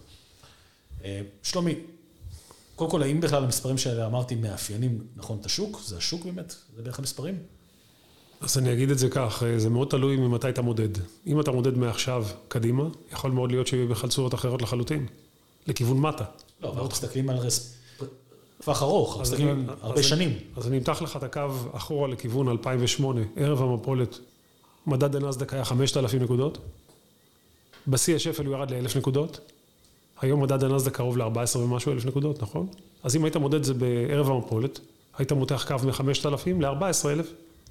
שלומי, קודם כל, האם בכלל המספרים שאמרתי מאפיינים נכון את השוק? זה השוק באמת? זה בערך המספרים? אז אני אגיד את זה כך, זה מאוד תלוי ממתי אתה מודד. אם אתה מודד מעכשיו קדימה, יכול מאוד להיות שיהיו בכלל צורות אחרות לחלוטין, לכיוון מטה. לא, אבל אנחנו מסתכלים על טווח ארוך, אנחנו מסתכלים הרבה שנים. אז אני אמתח לך את הקו אחורה לכיוון 2008, ערב המפולת, מדד הנסדק היה 5,000 נקודות, בשיא השפל הוא ירד ל1,000 נקודות, היום מדד הנסדק קרוב ל14 ומשהו אלף נקודות, נכון? אז אם היית מודד זה בערב המפולת, היית מותח קו מ5,000 ל14,000,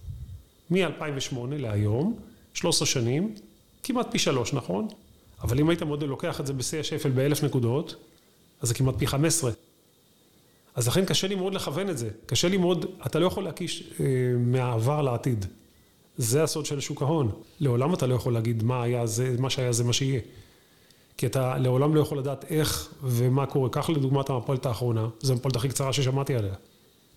מ-2008 להיום, 13 שנים, כמעט פי 3, נכון? אבל אם היית מודד לוקח את זה בשיא השפל ב1,000 נקודות, אז זה כמעט פי 15. אז לכן קשה לי מאוד לכוון את זה. קשה לי מאוד, אתה לא יכול להקיש מהעבר לעתיד. זה הסוד של שוק ההון. לעולם אתה לא יכול להגיד מה היה זה, מה שהיה זה מה שיהיה. כי אתה לעולם לא יכול לדעת איך ומה קורה. כך לדוגמת המפולת האחרונה, זו המפולת הכי קצרה ששמעתי עליה.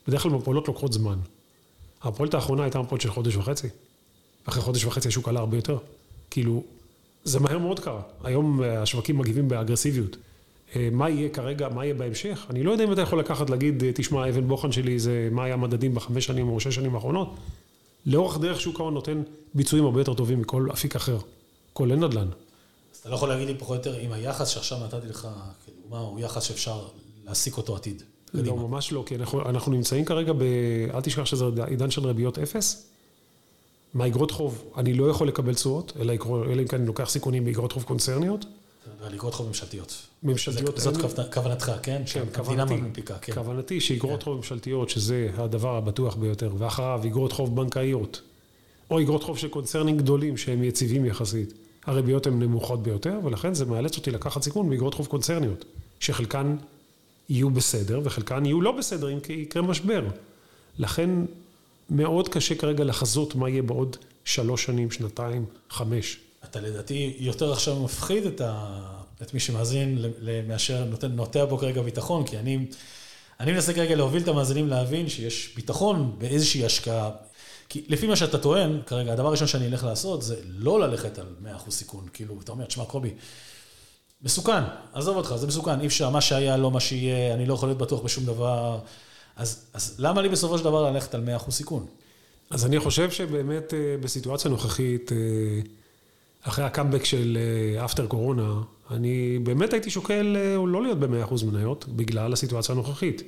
בדרך כלל מפולות לוקחות זמן. הפועלת האחרונה הייתה מפולת של חודש וחצי. אחרי חודש וחצי השוק עלה הרבה יותר. כאילו, זה מהר מאוד קרה. היום השווקים מגיבים באגרסיביות. מה יהיה כרגע, מה יהיה בהמשך? אני לא יודע אם אתה יכול לקחת, להגיד, תשמע, אבן בוחן שלי זה מה היה מדדים ב5 שנים או 6 שנים האחרונות. לאורך דרך שוק ההון נותן ביצועים הרבה יותר טובים מכל אפיק אחר. כולל נדל"ן. אז אתה לא יכול להגיד לי פחות או יותר, אם היחס שעכשיו נתתי לך, כדוגמה, הוא יחס שאפשר להסיק אותו עתיד. לא, ממש לא, כי אנחנו נמצאים כרגע אל תשכח שזה עידן של ריביות אפס. מהאגרות חוב, אני לא יכול לקבל תשואות, אלא אם כן אני לוקח סיכונים באגרות חוב קונצרניות. ועל אגרות חוב ממשלתיות. ממשלתיות. זאת כוונתך, כן? כן, כוונתי שאגרות חוב ממשלתיות, שזה הדבר הבטוח ביותר, ואחריו אגרות חוב בנקאיות, או אגרות חוב של קונצרנים גדולים שהם יציבים יחסית. הריביות הן נמוכות ביותר, ולכן זה מאלץ אותי לקחת סיכון באגרות חוב קונצרניות, שחלקן יהיו בסדר, וחלקן יהיו לא בסדר אם יקרה משבר. לכן מאוד קשה כרגע לחזות מה יהיה בעוד 3 שנים, 2, 5. אתה לדעתי יותר עכשיו מפחיד את מי שמאזין מאשר נוטע בו כרגע ביטחון, כי אני מנסה כרגע להוביל את המאזינים להבין שיש ביטחון באיזושהי השקעה. כי לפי מה שאתה טוען, כרגע הדבר הראשון שאני אלך לעשות זה לא ללכת על 100% סיכון. כאילו, אתה אומר, תשמע, קובי, מסוכן, עזוב אותך, זה מסוכן, אי אפשר, מה שהיה, לא מה שיהיה, אני לא יכול להיות בטוח בשום דבר. אז למה לי בסופו של דבר ללכת על 100% סיכון? אז אני חושב שבאמת בסיטואציה נוכחית, אחרי הקאמבק של אפטר קורונה, אני באמת הייתי שוקל לא להיות ב100% מניות, בגלל הסיטואציה הנוכחית.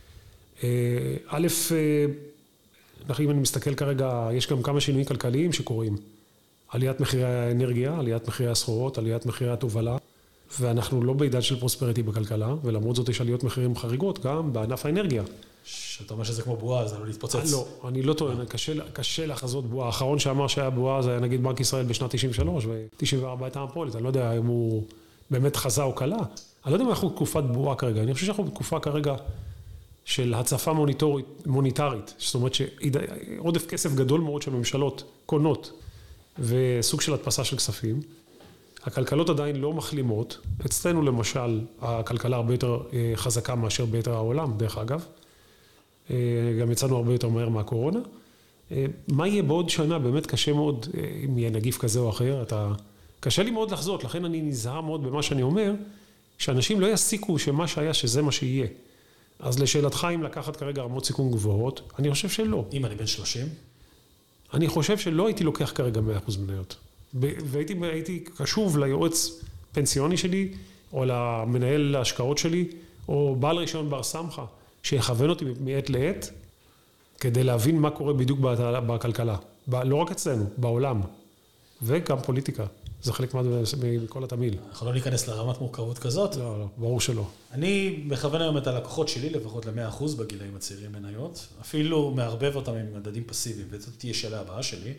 א', אם אני מסתכל כרגע, יש גם כמה שינויים כלכליים שקורים. עליית מחירי האנרגיה, עליית מחירי הסחורות, עליית מחירי התובלה, ואנחנו לא בעידן של פרוספריטי בכלכלה, ולמרות זאת יש עליות מחירים חריגות גם בענף האנרגיה. שאתה אומר שזה כמו בועה, זה לא להתפוצץ. לא, אני לא טוען, קשה לחזות בועה. האחרון שאמר שהיה בועה, זה היה נגיד בנק ישראל בשנת 93, ו-94 הייתה מפולת. אני לא יודע אם הוא באמת חזה או קלה. אני לא יודע אם אנחנו בתקופת בועה כרגע. אני חושב שאנחנו בתקופה כרגע של הצפה מוניטרית. זאת אומרת שעודף כסף גדול מאוד שממשלות קונות, וסוג של הדפסה של כספים. הכלכלות עדיין לא מחלימות. אצלנו למשל, הכלכלה הרבה יותר חזקה מאשר ביתר העולם, דרך אגב. גם יצאנו הרבה יותר מהר מהקורונה. מה יהיה בעוד שנה? באמת קשה מאוד, אם יהיה נגיף כזה או אחר, קשה לי מאוד לחזות, לכן אני נזהר מאוד במה שאני אומר, שאנשים לא יסיקו שמה שהיה, שזה מה שיהיה. אז לשאלתך, אם לקחת כרגע רמות סיכון גבוהות, אני חושב שלא. אם אני בן 30? אני חושב שלא הייתי לוקח כרגע 100% מניות. והייתי קשוב ליועץ פנסיוני שלי, או למנהל ההשקעות שלי, או בעל רישיון בר סמכה, שיכוון אותי מעת לעת, כדי להבין מה קורה בדיוק בכלכלה. לא רק אצלנו, בעולם. וגם פוליטיקה. זה חלק מכל התמיל. אנחנו לא ניכנס לרמת מורכבות כזאת. לא, ברור שלא. אני מכוון היום את הלקוחות שלי, לפחות ל100% בגילאים הצעירים מניות. אפילו מערבב אותם עם מדדים פסיביים, וזאת תהיה שאלה הבאה שלי.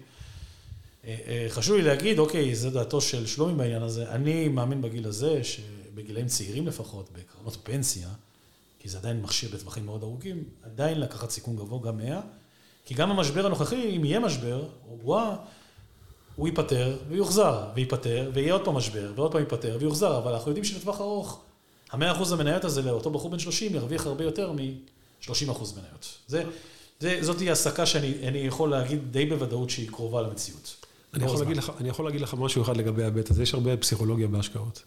חשוב לי להגיד, אוקיי, זה דעתו של שלומי בעניין הזה. אני מאמין בגיל הזה, שבגילאים צעירים לפחות, בקרנות פנסיה, כי זה עדיין מכשיר בטווחים מאוד ארוכים, עדיין לקחת סיכון גבוה גם 100, כי גם המשבר הנוכחי, אם יהיה משבר, או בועה, הוא ייפטר ויוחזר, וייפטר, ויהיה עוד פעם משבר, ועוד פעם ייפטר ויוחזר, אבל אנחנו יודעים שלטווח ארוך, ה100% המניות הזה לאותו בחור בן 30 ירוויח הרבה יותר מ-30% מניות. זאת היא העסקה שאני יכול להגיד די בוודאות שהיא קרובה למציאות. אני יכול להגיד לך משהו אחד לגבי ההיבט הזה, יש הרבה פסיכולוגיה בהשקעות.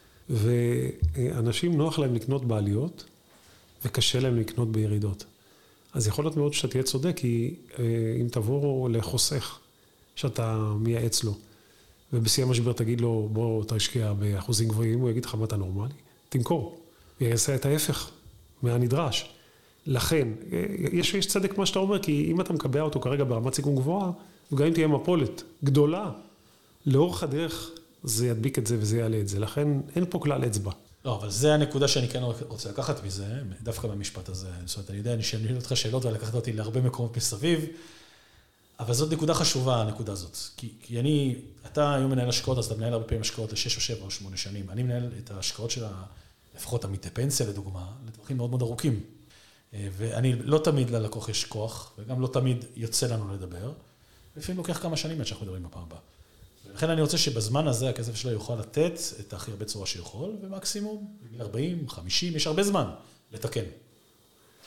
ואנשים נוח להם לקנות בעליות, וקשה להם לקנות בירידות. אז יכול להיות מאוד שאתה תהיה צודק, כי אם תבוא לחוסך, שאתה מייעץ לו, ובשיא המשבר תגיד לו, בוא תשקיע באחוזים גבוהים, הוא יגיד לך מה אתה נורמלי, תמכור, ויעשה את ההפך מהנדרש. לכן, יש צדק מה שאתה אומר, כי אם אתה מקבע אותו כרגע ברמת סיכון גבוהה, וגם אם תהיה מפולת גדולה, לאורך הדרך זה ידביק את זה וזה יעלה את זה. לכן אין פה כלל אצבע. לא, אבל זה הנקודה שאני כן רוצה לקחת מזה, דווקא במשפט הזה. זאת אומרת, אני יודע, אני שואל אותך שאלות ולקחת אותי להרבה מקומות מסביב, אבל זאת נקודה חשובה, הנקודה הזאת. כי אתה היום מנהל השקעות, אז אתה מנהל הרבה פעמים השקעות ל6 או 7 או 8 שנים. אני מנהל את ההשקעות של לפחות עמיתי פנסיה, לדוגמה, לטווחים מאוד מאוד ארוכים. ואני לא תמיד ללקוח יש כוח, וגם לא תמיד יוצא לנו לדבר. לפעמים לוקח כמה שנים עד שאנחנו מדברים בפעם הבאה. ולכן אני רוצה שבזמן הזה הכסף שלו יוכל לתת את הכי הרבה צורה שיכול, ומקסימום, בגיל 40, 50, יש הרבה זמן לתקן.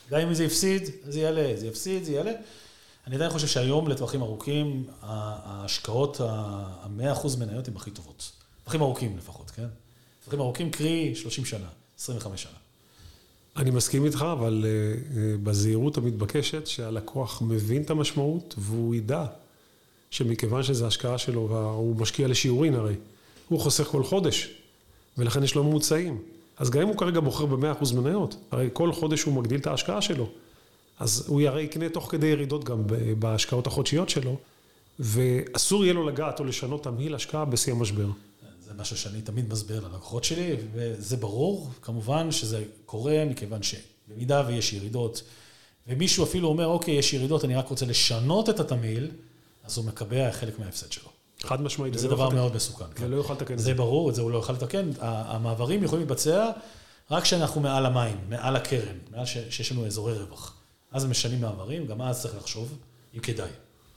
גם אם זה יפסיד, זה יעלה, זה יפסיד, זה יעלה. אני עדיין חושב שהיום לטווחים ארוכים, ההשקעות, ה-100% מניות הן הכי טובות. טווחים ארוכים לפחות, כן? טווחים ארוכים, קרי 30 שנה, 25 שנה. אני מסכים איתך, אבל בזהירות המתבקשת שהלקוח מבין את המשמעות, והוא ידע שמכיוון שזו השקעה שלו, הוא משקיע לשיעורין הרי, הוא חוסך כל חודש, ולכן יש לו ממוצעים. אז גם אם הוא כרגע בוחר ב-100% מניות, הרי כל חודש הוא מגדיל את ההשקעה שלו, אז הוא הרי יקנה תוך כדי ירידות גם בהשקעות החודשיות שלו, ואסור יהיה לו לגעת או לשנות תמהיל השקעה בשיא המשבר. זה משהו שאני תמיד מסביר ללקוחות שלי, וזה ברור, כמובן שזה קורה מכיוון שבמידה ויש ירידות, ומישהו אפילו אומר, אוקיי, יש ירידות, אני רק רוצה לשנות את התמהיל, אז הוא מקבע חלק מההפסד שלו. חד משמעית. זה דבר מאוד מסוכן. ולא יוכל לתקן את זה. זה ברור, את זה הוא לא יוכל לתקן. המעברים יכולים להתבצע רק כשאנחנו מעל המים, מעל הקרן, מעל שיש לנו אזורי רווח. אז משנים מעברים, גם אז צריך לחשוב אם כדאי.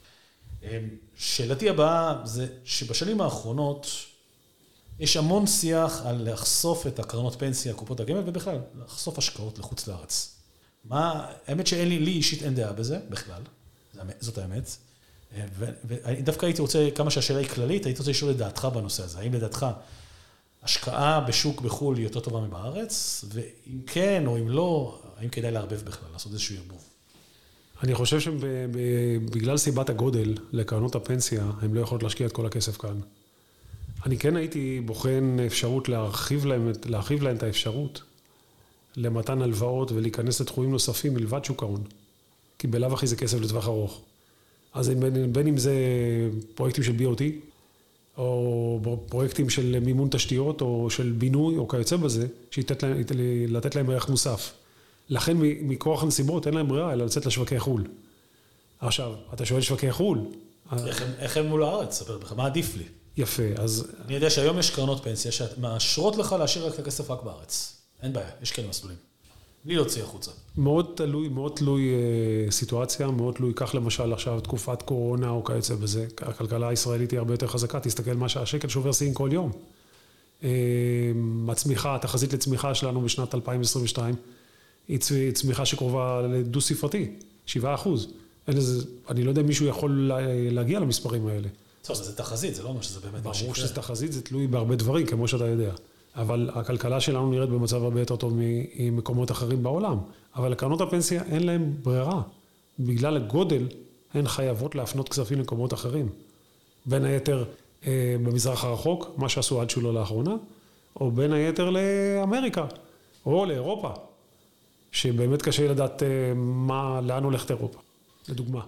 שאלתי הבאה זה שבשנים האחרונות יש המון שיח על לחשוף את הקרנות פנסיה, קופות הגמל, ובכלל, לחשוף השקעות לחוץ לארץ. האמת לי אישית אין דעה בזה, בכלל. זאת האמת. ודווקא הייתי רוצה, כמה שהשאלה היא כללית, הייתי רוצה לשאול לדעתך בנושא הזה. האם לדעתך השקעה בשוק בחו"ל היא יותר טובה מבארץ? ואם כן או אם לא, האם כדאי לערבב בכלל, לעשות איזשהו ערבוב? אני חושב שבגלל סיבת הגודל לקרנות הפנסיה, הם לא יכולות להשקיע את כל הכסף כאן. אני כן הייתי בוחן אפשרות להרחיב להם את האפשרות למתן הלוואות ולהיכנס לתחומים נוספים מלבד שוק ההון. כי בלאו הכי זה כסף לטווח ארוך. אז בין אם זה פרויקטים של BOT, או פרויקטים של מימון תשתיות, או של בינוי, או כיוצא בזה, לתת להם ערך מוסף. לכן מכוח הנסיבות אין להם ברירה, אלא לצאת לשווקי חו"ל. עכשיו, אתה שואל שווקי חו"ל. איך הם מול הארץ? ספר בך, מה עדיף לי? יפה, אז... אני יודע שהיום יש קרנות פנסיה שמאשרות לך להשאיר רק את הכסף רק בארץ. אין בעיה, יש כאלה מסלולים. בלי להוציא החוצה. מאוד תלוי סיטואציה, מאוד תלוי, כך למשל עכשיו תקופת קורונה או כיוצא בזה. הכלכלה הישראלית היא הרבה יותר חזקה, תסתכל מה שהשקל שובר שיאים כל יום. הצמיחה, התחזית לצמיחה שלנו בשנת 2022, היא צמיחה שקרובה לדו ספרתי, 7%. אני לא יודע אם מישהו יכול להגיע למספרים האלה. טוב, זה תחזית, זה לא אומר שזה באמת מה שיקרה. ברור שזה תחזית, זה תלוי בהרבה דברים, כמו שאתה יודע. אבל הכלכלה שלנו נראית במצב הרבה יותר טוב ממקומות אחרים בעולם. אבל לקרנות הפנסיה אין להם ברירה. בגלל הגודל, הן חייבות להפנות כספים למקומות אחרים. בין היתר במזרח הרחוק, מה שעשו עד שלא לאחרונה, או בין היתר לאמריקה, או לאירופה, שבאמת קשה לדעת לאן הולכת אירופה, לדוגמה.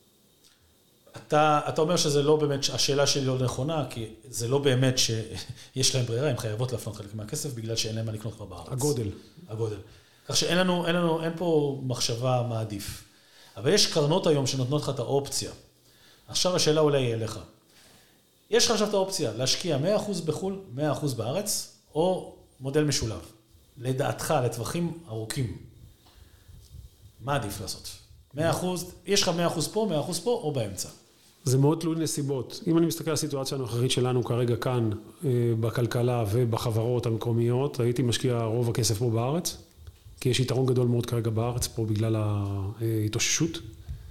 אתה אומר שזה לא באמת, השאלה שלי לא נכונה, כי זה לא באמת שיש להם ברירה, הם חייבות להפנות חלק מהכסף, בגלל שאין להם מה לקנות כבר בארץ. הגודל. כך אין פה מחשבה מה עדיף. אבל יש קרנות היום שנותנות לך את האופציה. עכשיו השאלה אולי היא אליך. יש לך עכשיו את האופציה להשקיע 100% בחו"ל, 100% בארץ, או מודל משולב. לדעתך, לטווחים ארוכים. מה עדיף לעשות? 100%, יש לך 100% פה, 100% פה, או באמצע? זה מאוד תלוי נסיבות. אם אני מסתכל על הסיטואציה הנוכחית שלנו כרגע כאן, בכלכלה ובחברות המקומיות, הייתי משקיע רוב הכסף פה בארץ, כי יש יתרון גדול מאוד כרגע בארץ, פה בגלל ההתאוששות.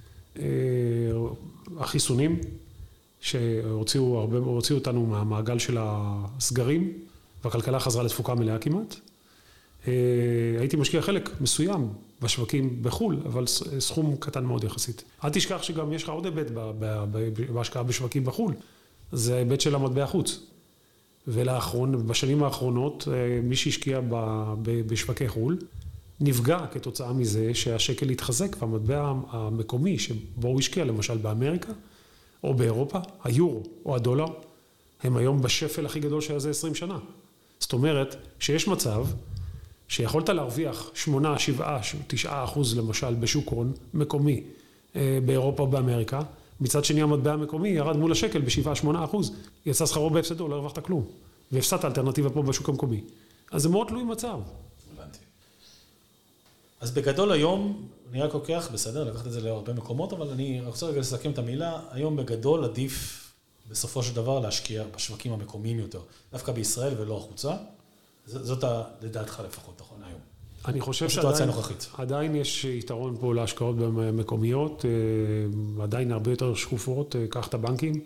החיסונים, שהוציאו אותנו מהמעגל של הסגרים, והכלכלה חזרה לתפוקה מלאה כמעט. הייתי משקיע חלק מסוים בשווקים בחול, אבל סכום קטן מאוד יחסית. אל תשכח שגם יש לך עוד היבט בהשקעה בשווקים בחול, זה ההיבט של המטבע חוץ. ובשנים האחרונות, מי שהשקיע בשווקי חול, נפגע כתוצאה מזה שהשקל התחזק, והמטבע המקומי שבו הוא השקיע, למשל באמריקה, או באירופה, היורו או הדולר, הם היום בשפל הכי גדול שהיה זה 20 שנה. זאת אומרת, שיש מצב שיכולת להרוויח 8, 7, 9% למשל בשוק הון מקומי באירופה או באמריקה, מצד שני המטבע המקומי ירד מול השקל ב7-8%, יצא שכרו בהפסדו, לא הרווחת כלום, והפסדת אלטרנטיבה פה בשוק המקומי. אז זה מאוד תלוי מצב. הבנתי. אז בגדול היום, אני רק לוקח, בסדר, לקחת את זה להרבה מקומות, אבל אני רוצה רגע לסכם את המילה, היום בגדול עדיף בסופו של דבר להשקיע בשווקים המקומיים יותר, דווקא בישראל ולא החוצה. זאת לדעתך לפחות, נכון, היום. אני חושב בסיטואציה הנוכחית. עדיין יש יתרון פה להשקעות במקומיות, עדיין הרבה יותר שקופות, קח את הבנקים.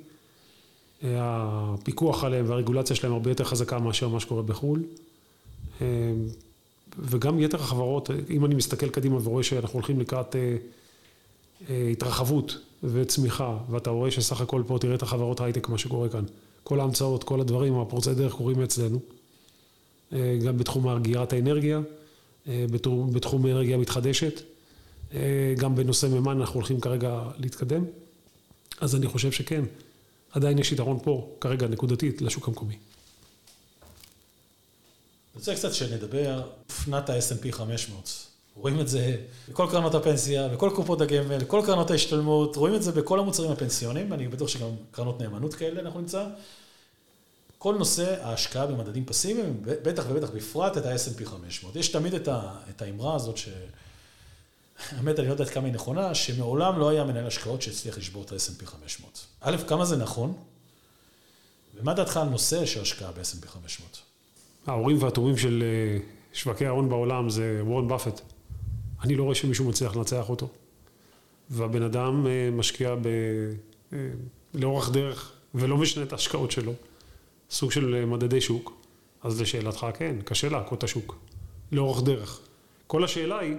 הפיקוח עליהם והרגולציה שלהם הרבה יותר חזקה מאשר מה שקורה בחו"ל. וגם יתר החברות, אם אני מסתכל קדימה ורואה שאנחנו הולכים לקראת התרחבות וצמיחה, ואתה רואה שסך הכל פה תראה את החברות הייטק, מה שקורה כאן. כל ההמצאות, כל הדברים, הפורצי דרך קורים אצלנו. גם בתחום הרגיעת האנרגיה, בתחום האנרגיה המתחדשת, גם בנושא מימן אנחנו הולכים כרגע להתקדם. אז אני חושב שכן, עדיין יש יתרון פה, כרגע נקודתית, לשוק המקומי. אני רוצה קצת שנדבר, פנת ה-S&P 500. רואים את זה בכל קרנות הפנסיה, בכל קופות הגמל, בכל קרנות ההשתלמות, רואים את זה בכל המוצרים הפנסיונים, ואני בטוח שגם קרנות נאמנות כאלה אנחנו נמצא. כל נושא ההשקעה במדדים פסיביים, בטח ובטח בפרט את ה-S&P 500. יש תמיד את האמרה הזאת האמת, אני לא יודעת כמה היא נכונה, שמעולם לא היה מנהל השקעות שהצליח לשבור את ה-S&P 500. א', כמה זה נכון? ומה דעתך על נושא של השקעה ב-S&P 500? ההורים והטובים של שווקי ההון בעולם זה וורן באפט. אני לא רואה שמישהו מצליח לנצח אותו. והבן אדם משקיע לאורך דרך, ולא משנה את ההשקעות שלו. סוג של מדדי שוק. אז לשאלתך, כן, קשה להכות את השוק. לאורך דרך. כל השאלה היא,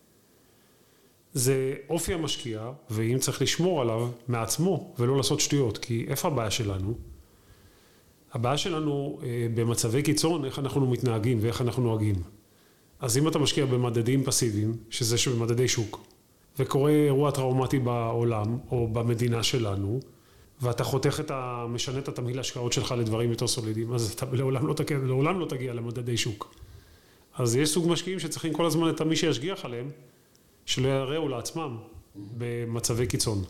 זה אופי המשקיע, ואם צריך לשמור עליו מעצמו, ולא לעשות שטויות. כי איפה הבעיה שלנו? הבעיה שלנו במצבי קיצון, איך אנחנו מתנהגים ואיך אנחנו נוהגים. אז אם אתה משקיע במדדים פסיביים, שזה במדדי שוק, וקורה אירוע טראומטי בעולם או במדינה שלנו, ואתה חותך משנה את התמהיל ההשקעות שלך לדברים יותר סולידיים, אז אתה לעולם לא תגיע למדדי שוק. אז יש סוג משקיעים שצריכים כל הזמן את מי שישגיח עליהם, שלא יראו לעצמם במצבי קיצון.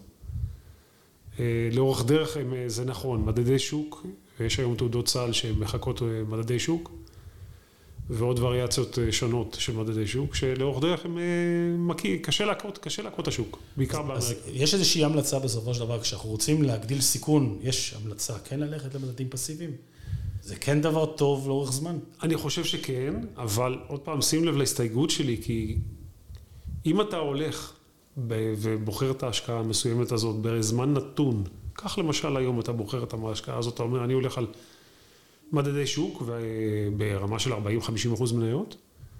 לאורך דרך זה נכון, מדדי שוק, יש היום תעודות סל שמחכות מדדי שוק, ועוד וריאציות שונות של מדדי שוק, שלאורך דרך הם קשה להכות השוק, בעיקר באמריקה. יש איזושהי המלצה בסופו של דבר, כשאנחנו רוצים להגדיל סיכון, יש המלצה כן ללכת למדדים פסיביים? זה כן דבר טוב לאורך זמן? אני חושב שכן, אבל עוד פעם שים לב להסתייגות שלי, כי אם אתה הולך ובוחר את ההשקעה המסוימת הזאת בזמן נתון, כך למשל היום אתה בוחר את ההשקעה הזאת, אתה אומר אני הולך על מדדי שוק ברמה של 40-50% מניות,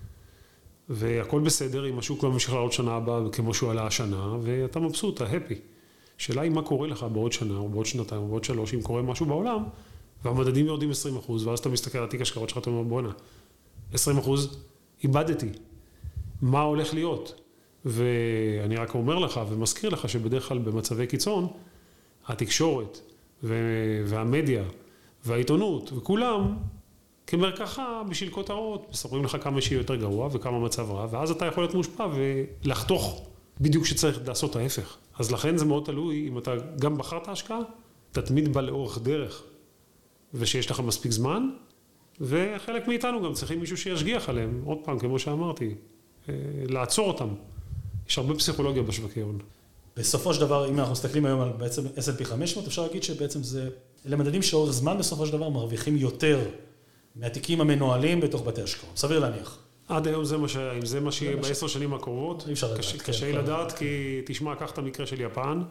והכל בסדר אם השוק לא ממשיך לעוד שנה הבאה כמו שהוא עלה השנה, ואתה מבסוט, אתה הפי. שאלה היא מה קורה לך בעוד שנה או בעוד שנתיים או בעוד 3, אם קורה משהו בעולם, והמדדים יורדים 20%, ואז אתה מסתכל על התיק השקעות שלך, אתה אומר בואנה, 20% איבדתי, מה הולך להיות? ואני רק אומר לך ומזכיר לך שבדרך כלל במצבי קיצון, התקשורת והמדיה והעיתונות וכולם כמרקחה בשביל כותרות, מספרים לך כמה שיהיה יותר גרוע וכמה מצב רע, ואז אתה יכול להיות מושפע ולחתוך בדיוק שצריך לעשות ההפך. אז לכן זה מאוד תלוי, אם אתה גם בחרת ההשקעה, תתמיד בה לאורך דרך, ושיש לך מספיק זמן, וחלק מאיתנו גם צריכים מישהו שישגיח עליהם, עוד פעם, כמו שאמרתי, לעצור אותם. יש הרבה פסיכולוגיה בשווקי הון. בסופו של דבר, אם אנחנו מסתכלים היום על בעצם S&P 500, אפשר להגיד שבעצם אלה מדדים שאורך זמן בסופו של דבר מרוויחים יותר מהתיקים המנוהלים בתוך בתי השקעות. סביר להניח. עד היום זה מה שהיה, אם זה מה שיהיה ב10 שנים הקרובות, קשה לדעת, כי תשמע, קח את המקרה של יפן,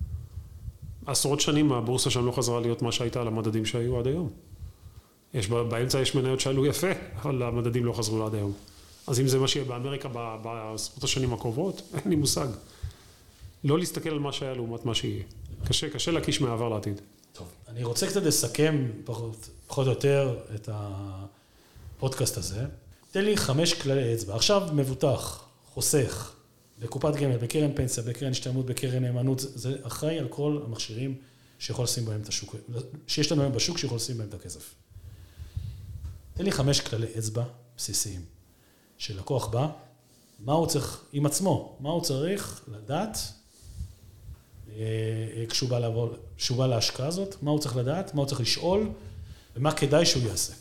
עשרות שנים הבורסה שם לא חזרה להיות מה שהייתה על המדדים שהיו עד היום. באמצע יש מניות שעלו יפה, אבל המדדים לא חזרו עד היום. אז אם זה מה שיהיה באמריקה בעשרות השנים הקרובות, אין לי מושג. לא להסתכל על מה שהיה לעומת מה שיהיה. קשה להקיש מעבר לעתיד. טוב, אני רוצה קצת לסכם פחות או יותר את הפודקאסט הזה. תן לי 5 כללי אצבע. עכשיו מבוטח, חוסך, בקופת גמל, בקרן פנסיה, בקרן השתלמות, בקרן נאמנות, זה אחראי על כל המכשירים שיכול לשים בהם את השוק, שיש לנו היום בשוק שיכול לשים בהם את הכסף. תן לי 5 כללי אצבע בסיסיים. שלקוח בא, מה הוא צריך עם עצמו, מה הוא צריך לדעת כשהוא בא להשקעה הזאת, מה הוא צריך לדעת, מה הוא צריך לשאול, ומה כדאי שהוא יעשה.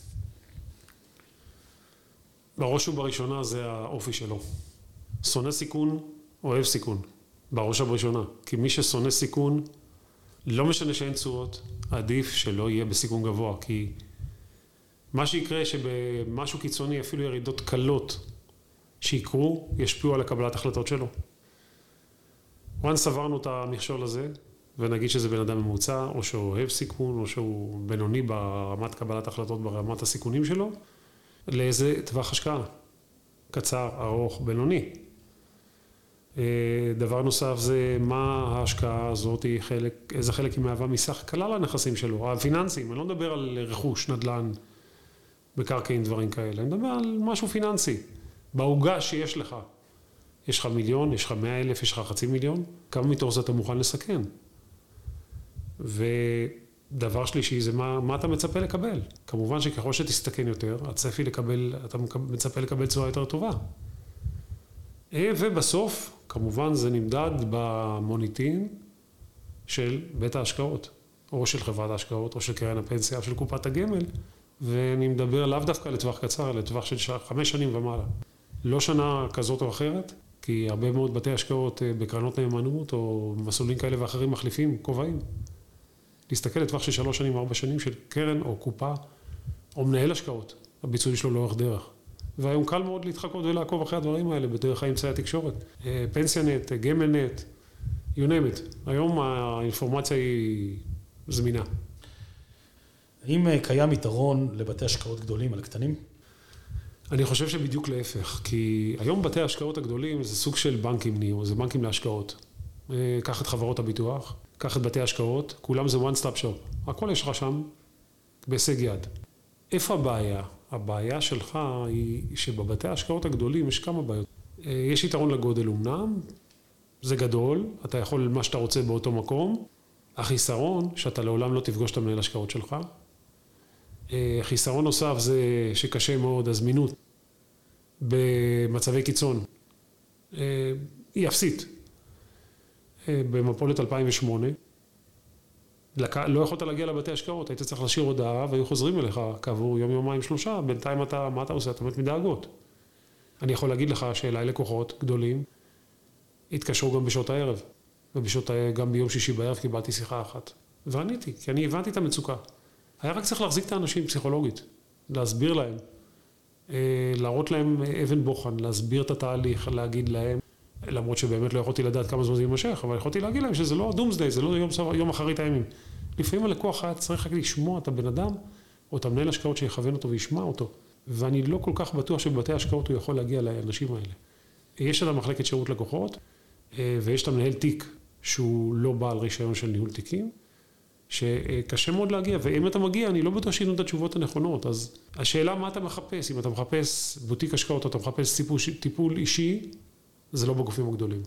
בראש ובראשונה זה האופי שלו. שונא סיכון, אוהב סיכון. בראש ובראשונה. כי מי ששונא סיכון, לא משנה שאין תשואות, עדיף שלא יהיה בסיכון גבוה. כי מה שיקרה שבמשהו קיצוני, אפילו ירידות קלות, שיקרו, ישפיעו על הקבלת החלטות שלו. סברנו את המכשול הזה, ונגיד שזה בן אדם ממוצע, או שהוא אוהב סיכון, או שהוא בינוני ברמת קבלת החלטות, ברמת הסיכונים שלו, לאיזה טווח השקעה? קצר, ארוך, בינוני. דבר נוסף זה מה ההשקעה הזאת, איזה חלק היא מהווה מסך כלל הנכסים שלו, הפיננסיים, אני לא מדבר על רכוש, נדל"ן, בקרקעים, דברים כאלה, אני מדבר על משהו פיננסי, בעוגה שיש לך. יש לך 1,000,000, יש לך 100,000, יש לך 500,000, כמה מתוך זה אתה מוכן לסכן? ודבר שלישי זה מה אתה מצפה לקבל. כמובן שככל שתסתכן יותר, הצפי לקבל, אתה מצפה לקבל צורה יותר טובה. ובסוף, כמובן זה נמדד במוניטין של בית ההשקעות, או של חברת ההשקעות, או של קרן הפנסיה, או של קופת הגמל, ואני מדבר לאו דווקא לטווח קצר, לטווח של 5 שנים ומעלה. לא שנה כזאת או אחרת, כי הרבה מאוד בתי השקעות בקרנות נאמנות, או מסלולים כאלה ואחרים מחליפים, קובעים. להסתכל לטווח של 3 שנים, 4 שנים של קרן או קופה, או מנהל השקעות, הביצועים שלו לאורך דרך. והיום קל מאוד להתחקות ולעקוב אחרי הדברים האלה בדרך האמצעי התקשורת. פנסיונט, גמלנט, you name it. היום האינפורמציה היא זמינה. האם קיים יתרון לבתי השקעות גדולים על קטנים? אני חושב שבדיוק להפך, כי היום בתי ההשקעות הגדולים זה סוג של בנקים נהיו, זה בנקים להשקעות. קח את חברות הביטוח, קח את בתי ההשקעות, כולם זה one stop shop. הכל יש לך שם בהישג יד. איפה הבעיה? הבעיה שלך היא שבבתי ההשקעות הגדולים יש כמה בעיות. יש יתרון לגודל אומנם, זה גדול, אתה יכול מה שאתה רוצה באותו מקום. החיסרון, שאתה לעולם לא תפגוש את המנהל השקעות שלך. חיסרון נוסף זה שקשה מאוד, הזמינות במצבי קיצון. היא אפסית. במפולת 2008, לא יכולת להגיע לבתי השקעות, היית צריך להשאיר הודעה והיו חוזרים אליך כעבור יום, יומיים, 3, בינתיים מה אתה עושה? אתה מת מדאגות. אני יכול להגיד לך שאליי לקוחות גדולים התקשרו גם בשעות הערב, גם ביום שישי בערב קיבלתי שיחה אחת. ועניתי, כי אני הבנתי את המצוקה. היה רק צריך להחזיק את האנשים פסיכולוגית, להסביר להם, להראות להם אבן בוחן, להסביר את התהליך, להגיד להם, למרות שבאמת לא יכולתי לדעת כמה זמן זה יימשך, אבל יכולתי להגיד להם שזה לא דומסדיי, זה לא יום אחרית הימים. לפעמים הלקוח היה צריך רק לשמוע את הבן אדם, או את המנהל השקעות שיכוון אותו וישמע אותו, ואני לא כל כך בטוח שבבתי השקעות הוא יכול להגיע לאנשים האלה. יש את המחלקת שירות לקוחות, ויש את המנהל תיק שהוא לא בעל רישיון של ניהול תיקים, שקשה מאוד להגיע, ואם אתה מגיע, אני לא בטוח שינו את התשובות הנכונות, אז השאלה מה אתה מחפש, אם אתה מחפש בוטיק השקעות, או אתה מחפש טיפול אישי, זה לא בגופים הגדולים.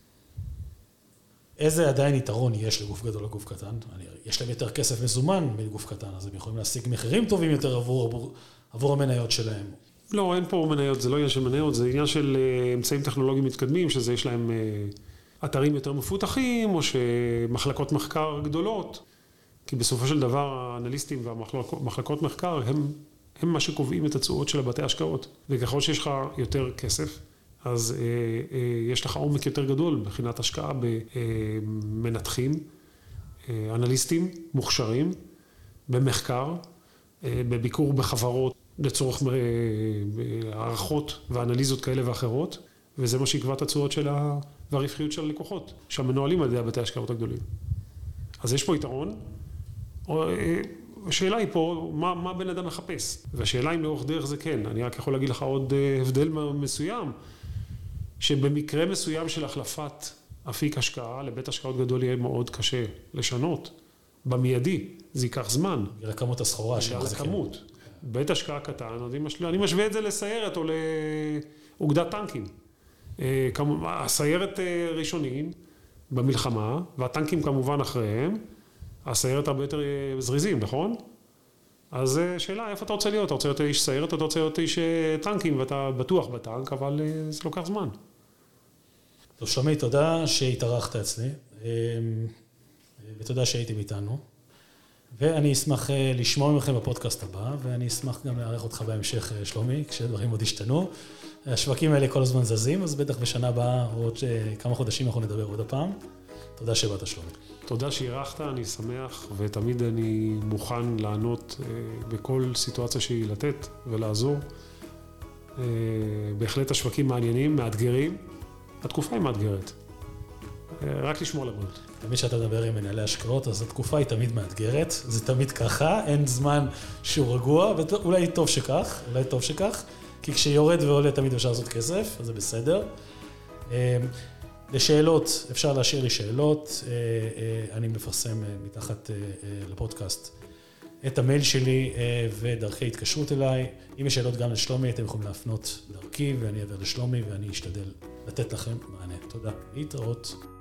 איזה עדיין יתרון יש לגוף גדול או לגוף קטן? יש להם יותר כסף מזומן מגוף קטן, אז הם יכולים להשיג מחירים טובים יותר עבור המניות שלהם. לא, אין פה מניות, זה לא עניין של מניות, זה עניין של אמצעים טכנולוגיים מתקדמים, שזה יש להם אתרים יותר מפותחים, או שמחלקות מחקר גדולות, כי בסופו של דבר האנליסטים והמחלקות מחקר הם מה שקובעים את התשואות של הבתי השקעות. וככל שיש לך יותר כסף, אז יש לך עומק יותר גדול מבחינת השקעה במנתחים, אנליסטים מוכשרים, במחקר, בביקור בחברות לצורך הערכות ואנליזות כאלה ואחרות, וזה מה שיקבע את התשואות והרווחיות של הלקוחות, שהמנוהלים על ידי בתי ההשקעות הגדולים. אז יש פה יתרון. השאלה היא פה, מה בן אדם מחפש? והשאלה אם לאורך דרך זה כן. אני רק יכול להגיד לך עוד הבדל מסוים, שבמקרה מסוים של החלפת אפיק השקעה, לבית השקעות גדול יהיה מאוד קשה לשנות. במיידי, זה ייקח זמן. בגלל כמות הסחורה שמחזיקים. לכמות. בית השקעה קטן, אני משווה את זה לסיירת או לאוגדת טנקים. הסיירת ראשונים במלחמה, והטנקים כמובן אחריהם, הסיירת הרבה יותר זריזים, נכון? אז שאלה, איפה אתה רוצה להיות? אתה רוצה להיות איש סיירת, או אתה רוצה להיות איש טנקים, ואתה בטוח בטנק, אבל זה לוקח זמן. טוב, שלומי, תודה שהתארחת אצלי, ותודה שהייתם איתנו, ואני אשמח לשמוע ממכם בפודקאסט הבא, ואני אשמח גם לארח אותך בהמשך, שלומי, כשדברים עוד ישתנו. השווקים האלה כל הזמן זזים, אז בטח בשנה הבאה, או עוד כמה חודשים אנחנו נדבר עוד הפעם. תודה שבאת, שלומי. תודה שאירחת, אני שמח, ותמיד אני מוכן לענות בכל סיטואציה שהיא לתת ולעזור. בהחלט השווקים מעניינים, מאתגרים. התקופה היא מאתגרת. רק לשמור לבריאות. תמיד שאתה מדבר עם מנהלי השקעות, אז התקופה היא תמיד מאתגרת, זה תמיד ככה, אין זמן שהוא רגוע, ואולי טוב שכך, כי כשיורד ועולה תמיד אפשר לעשות כסף, אז זה בסדר. לשאלות, אפשר להשאיר לי שאלות, אני מפרסם מתחת לפודקאסט את המייל שלי ודרכי התקשרות אליי. אם יש שאלות גם לשלומי, אתם יכולים להפנות דרכי, ואני אעבר לשלומי, ואני אשתדל לתת לכם מענה. תודה. להתראות.